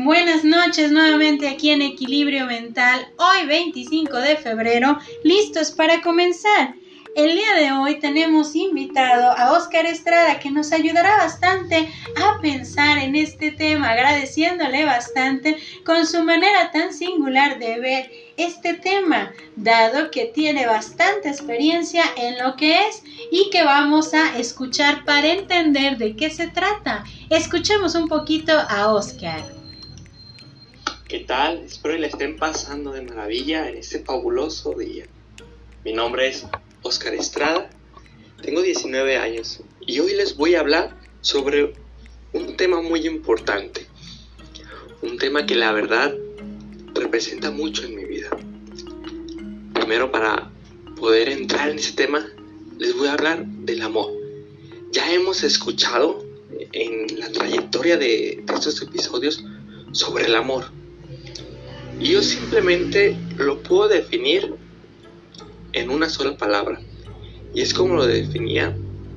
Buenas noches nuevamente aquí en Equilibrio Mental, hoy 25 de febrero, listos para comenzar. El día de hoy tenemos invitado a Óscar Estrada, que nos ayudará bastante a pensar en este tema, agradeciéndole bastante con su manera tan singular de ver este tema, dado que tiene bastante experiencia en lo que es y que vamos a escuchar para entender de qué se trata. Escuchemos un poquito a Óscar. ¿Qué tal? Espero que la estén pasando de maravilla en este fabuloso día. Mi nombre es Óscar Estrada, tengo 19 años y hoy les voy a hablar sobre un tema muy importante. Un tema que la verdad representa mucho en mi vida. Primero, para poder entrar en ese tema, les voy a hablar del amor. Ya hemos escuchado en la trayectoria de estos episodios sobre el amor. Y yo simplemente lo puedo definir en una sola palabra. Y es como lo definía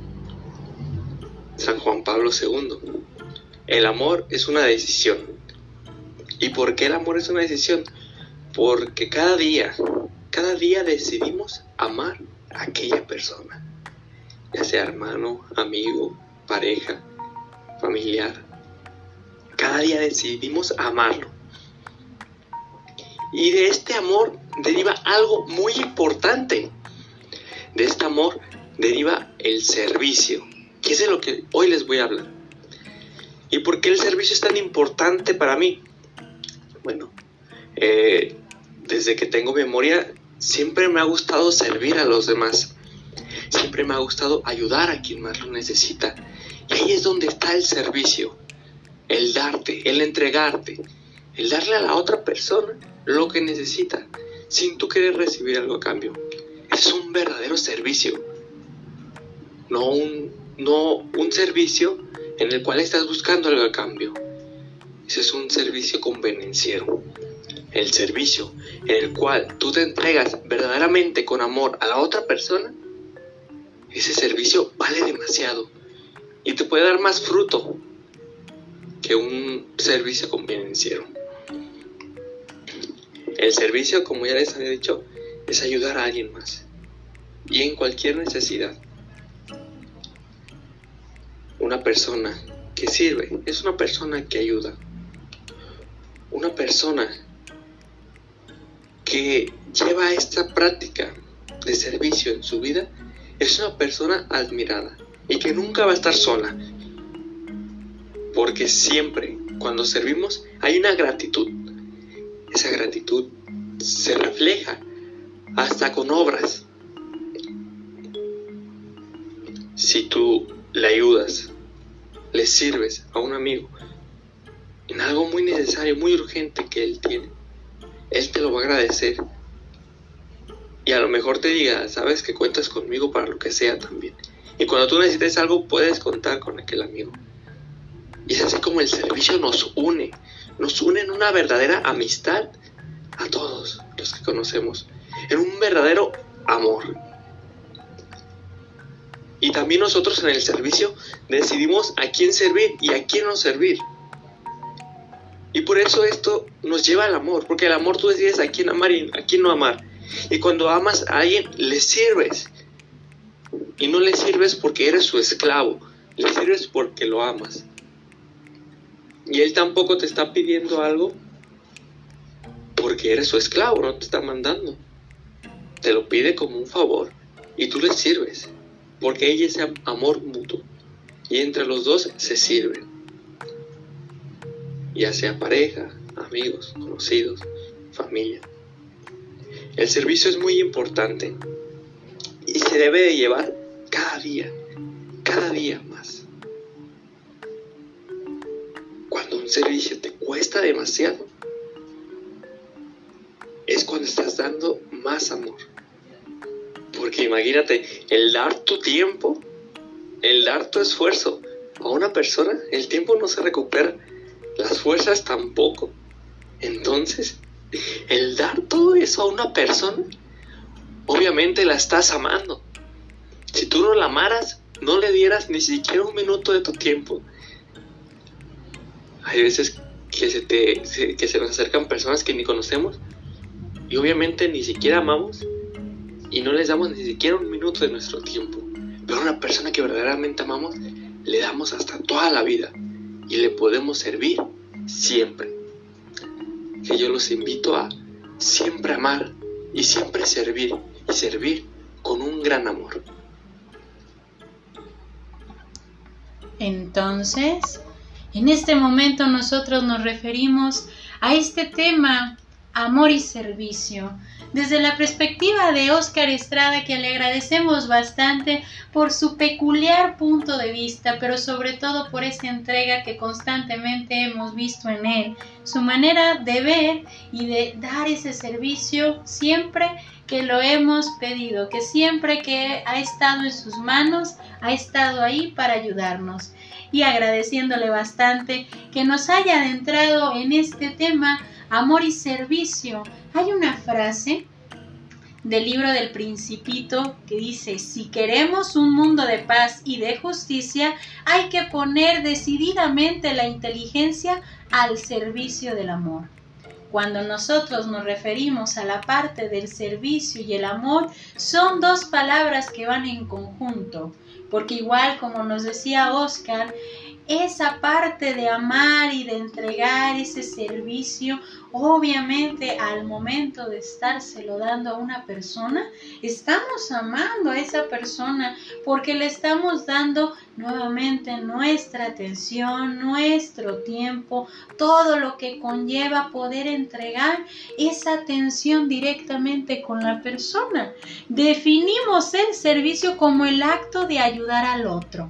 San Juan Pablo II. El amor es una decisión. ¿Y por qué el amor es una decisión? Porque cada día decidimos amar a aquella persona. Ya sea hermano, amigo, pareja, familiar. Cada día decidimos amarlo. Y de este amor deriva algo muy importante. De este amor deriva el servicio, que es de lo que hoy les voy a hablar. ¿Y por qué el servicio es tan importante para mí? Bueno, desde que tengo memoria, siempre me ha gustado servir a los demás. Siempre me ha gustado ayudar a quien más lo necesita. Y ahí es donde está el servicio. El darte, el entregarte, el darle a la otra persona lo que necesita, sin tú querer recibir algo a cambio. Es un verdadero servicio. No un servicio en el cual estás buscando algo a cambio. Ese es un servicio convenenciero. El servicio en el cual tú te entregas verdaderamente con amor a la otra persona, ese servicio vale demasiado y te puede dar más fruto que un servicio convenenciero. El servicio, como ya les había dicho, es ayudar a alguien más y en cualquier necesidad. Una persona que sirve es una persona que ayuda. Una persona que lleva esta práctica de servicio en su vida es una persona admirada y que nunca va a estar sola. Porque siempre, cuando servimos, hay una gratitud. Esa gratitud se refleja hasta con obras. Si tú le ayudas, le sirves a un amigo en algo muy necesario, muy urgente que él tiene, él te lo va a agradecer. Y a lo mejor te diga, sabes que cuentas conmigo para lo que sea también. Y cuando tú necesites algo, puedes contar con aquel amigo. Y es así como el servicio nos une en una verdadera amistad a todos los que conocemos, en un verdadero amor. Y también nosotros en el servicio decidimos a quién servir y a quién no servir. Y por eso esto nos lleva al amor, porque el amor tú decides a quién amar y a quién no amar. Y cuando amas a alguien, le sirves. Y no le sirves porque eres su esclavo, le sirves porque lo amas. Y él tampoco te está pidiendo algo porque eres su esclavo, no te está mandando. Te lo pide como un favor y tú le sirves porque hay ese amor mutuo y entre los dos se sirven. Ya sea pareja, amigos, conocidos, familia. El servicio es muy importante y se debe de llevar cada día más. Cuando un servicio te cuesta demasiado, es cuando estás dando más amor. Porque imagínate, el dar tu tiempo, el dar tu esfuerzo a una persona, el tiempo no se recupera, las fuerzas tampoco. Entonces, el dar todo eso a una persona, obviamente la estás amando. Si tú no la amaras, no le dieras ni siquiera un minuto de tu tiempo. Hay veces que que se nos acercan personas que ni conocemos y obviamente ni siquiera amamos y no les damos ni siquiera un minuto de nuestro tiempo. Pero a una persona que verdaderamente amamos, le damos hasta toda la vida y le podemos servir siempre. Que yo los invito a siempre amar y siempre servir, y servir con un gran amor. Entonces, en este momento nosotros nos referimos a este tema, amor y servicio, desde la perspectiva de Óscar Estrada, que le agradecemos bastante por su peculiar punto de vista, pero sobre todo por esa entrega que constantemente hemos visto en él, su manera de ver y de dar ese servicio siempre que lo hemos pedido, que siempre que ha estado en sus manos, ha estado ahí para ayudarnos. Y agradeciéndole bastante que nos haya adentrado en este tema, amor y servicio. Hay una frase del libro del Principito que dice: si queremos un mundo de paz y de justicia, hay que poner decididamente la inteligencia al servicio del amor. Cuando nosotros nos referimos a la parte del servicio y el amor, son dos palabras que van en conjunto, porque igual como nos decía Óscar, esa parte de amar y de entregar ese servicio, obviamente al momento de estárselo dando a una persona, estamos amando a esa persona porque le estamos dando nuevamente nuestra atención, nuestro tiempo, todo lo que conlleva poder entregar esa atención directamente con la persona. Definimos el servicio como el acto de ayudar al otro,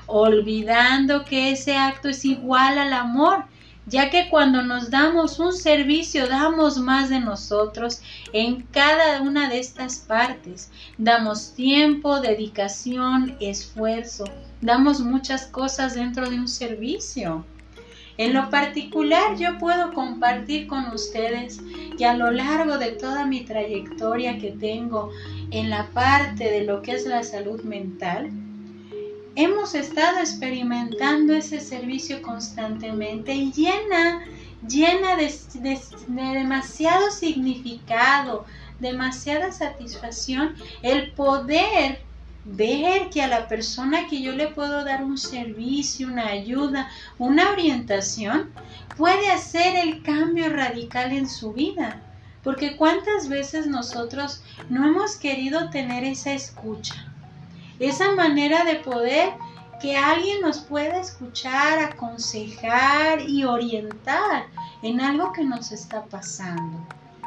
olvidando que ese acto es igual al amor, ya que cuando nos damos un servicio damos más de nosotros en cada una de estas partes. Damos tiempo, dedicación, esfuerzo, damos muchas cosas dentro de un servicio. En lo particular, yo puedo compartir con ustedes que a lo largo de toda mi trayectoria que tengo en la parte de lo que es la salud mental, hemos estado experimentando ese servicio constantemente y llena de demasiado significado, demasiada satisfacción el poder ver que a la persona que yo le puedo dar un servicio, una ayuda, una orientación, puede hacer el cambio radical en su vida. Porque cuántas veces nosotros no hemos querido tener esa escucha, esa manera de poder que alguien nos pueda escuchar, aconsejar y orientar en algo que nos está pasando.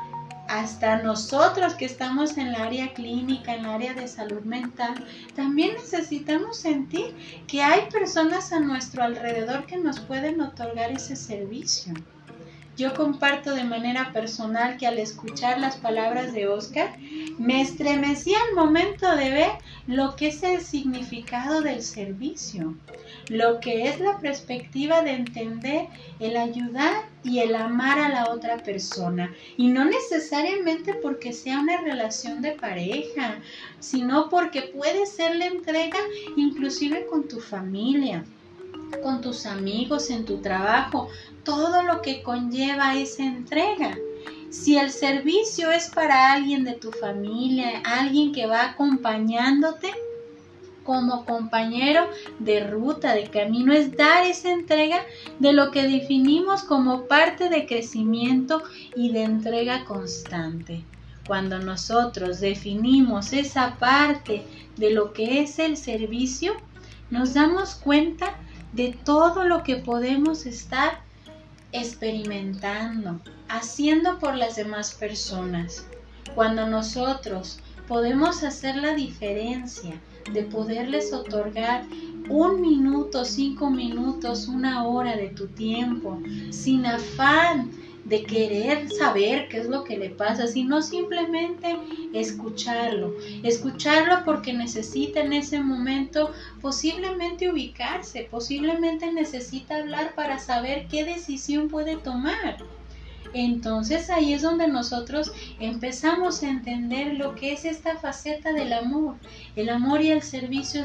Hasta nosotros que estamos en el área clínica, en el área de salud mental, también necesitamos sentir que hay personas a nuestro alrededor que nos pueden otorgar ese servicio. Yo comparto de manera personal que al escuchar las palabras de Óscar, me estremecí al momento de ver lo que es el significado del servicio, lo que es la perspectiva de entender el ayudar y el amar a la otra persona. Y no necesariamente porque sea una relación de pareja, sino porque puede ser la entrega inclusive con tu familia, con tus amigos, en tu trabajo, todo lo que conlleva esa entrega. Si el servicio es para alguien de tu familia, alguien que va acompañándote como compañero de ruta, de camino, es dar esa entrega de lo que definimos como parte de crecimiento y de entrega constante. Cuando nosotros definimos esa parte de lo que es el servicio, nos damos cuenta de todo lo que podemos estar experimentando, haciendo por las demás personas. Cuando nosotros podemos hacer la diferencia de poderles otorgar 1 minuto, 5 minutos, 1 hora de tu tiempo, sin afán de querer saber qué es lo que le pasa, sino simplemente escucharlo porque necesita en ese momento posiblemente ubicarse, posiblemente necesita hablar para saber qué decisión puede tomar. Entonces ahí es donde nosotros empezamos a entender lo que es esta faceta del amor. El amor y el servicio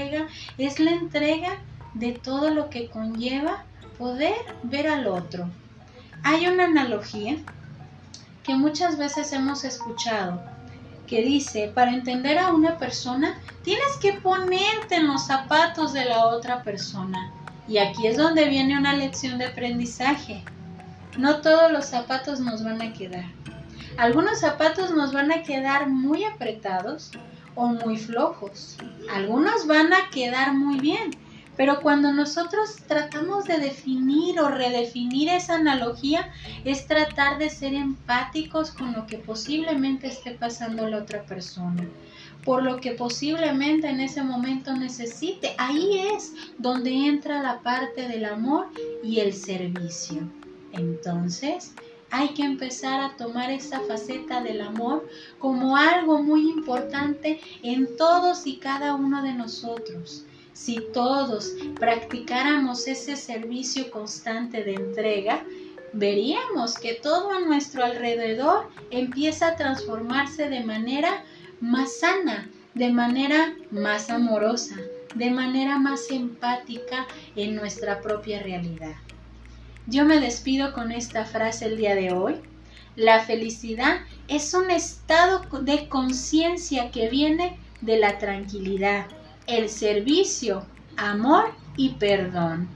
es la entrega de todo lo que conlleva poder ver al otro, Hay una analogía que muchas veces hemos escuchado que dice, para entender a una persona, tienes que ponerte en los zapatos de la otra persona. Y aquí es donde viene una lección de aprendizaje. No todos los zapatos nos van a quedar. Algunos zapatos nos van a quedar muy apretados o muy flojos. Algunos van a quedar muy bien. Pero cuando nosotros tratamos de definir o redefinir esa analogía, es tratar de ser empáticos con lo que posiblemente esté pasando la otra persona, por lo que posiblemente en ese momento necesite. Ahí es donde entra la parte del amor y el servicio. Entonces, hay que empezar a tomar esa faceta del amor como algo muy importante en todos y cada uno de nosotros. Si todos practicáramos ese servicio constante de entrega, veríamos que todo a nuestro alrededor empieza a transformarse de manera más sana, de manera más amorosa, de manera más empática en nuestra propia realidad. Yo me despido con esta frase el día de hoy. La felicidad es un estado de conciencia que viene de la tranquilidad, el servicio, amor y perdón.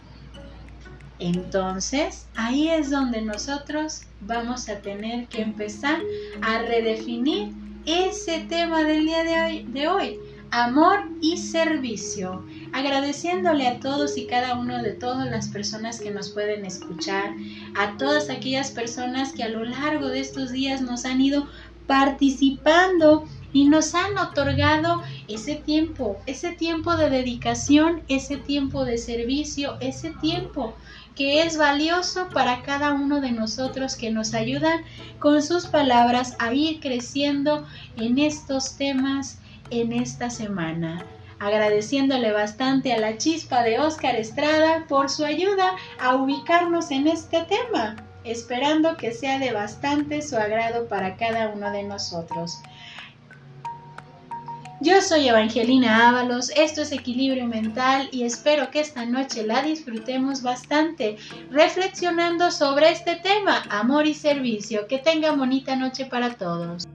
Entonces, ahí es donde nosotros vamos a tener que empezar a redefinir ese tema del día de hoy, amor y servicio. Agradeciéndole a todos y cada uno de todas las personas que nos pueden escuchar, a todas aquellas personas que a lo largo de estos días nos han ido participando y nos han otorgado ese tiempo de dedicación, ese tiempo de servicio, ese tiempo que es valioso para cada uno de nosotros, que nos ayudan con sus palabras a ir creciendo en estos temas en esta semana. Agradeciéndole bastante a la Chispa de Óscar Estrada por su ayuda a ubicarnos en este tema, esperando que sea de bastante su agrado para cada uno de nosotros. Yo soy Evangelina Ábalos, esto es Equilibrio Mental y espero que esta noche la disfrutemos bastante reflexionando sobre este tema, amor y servicio. Que tengan bonita noche para todos.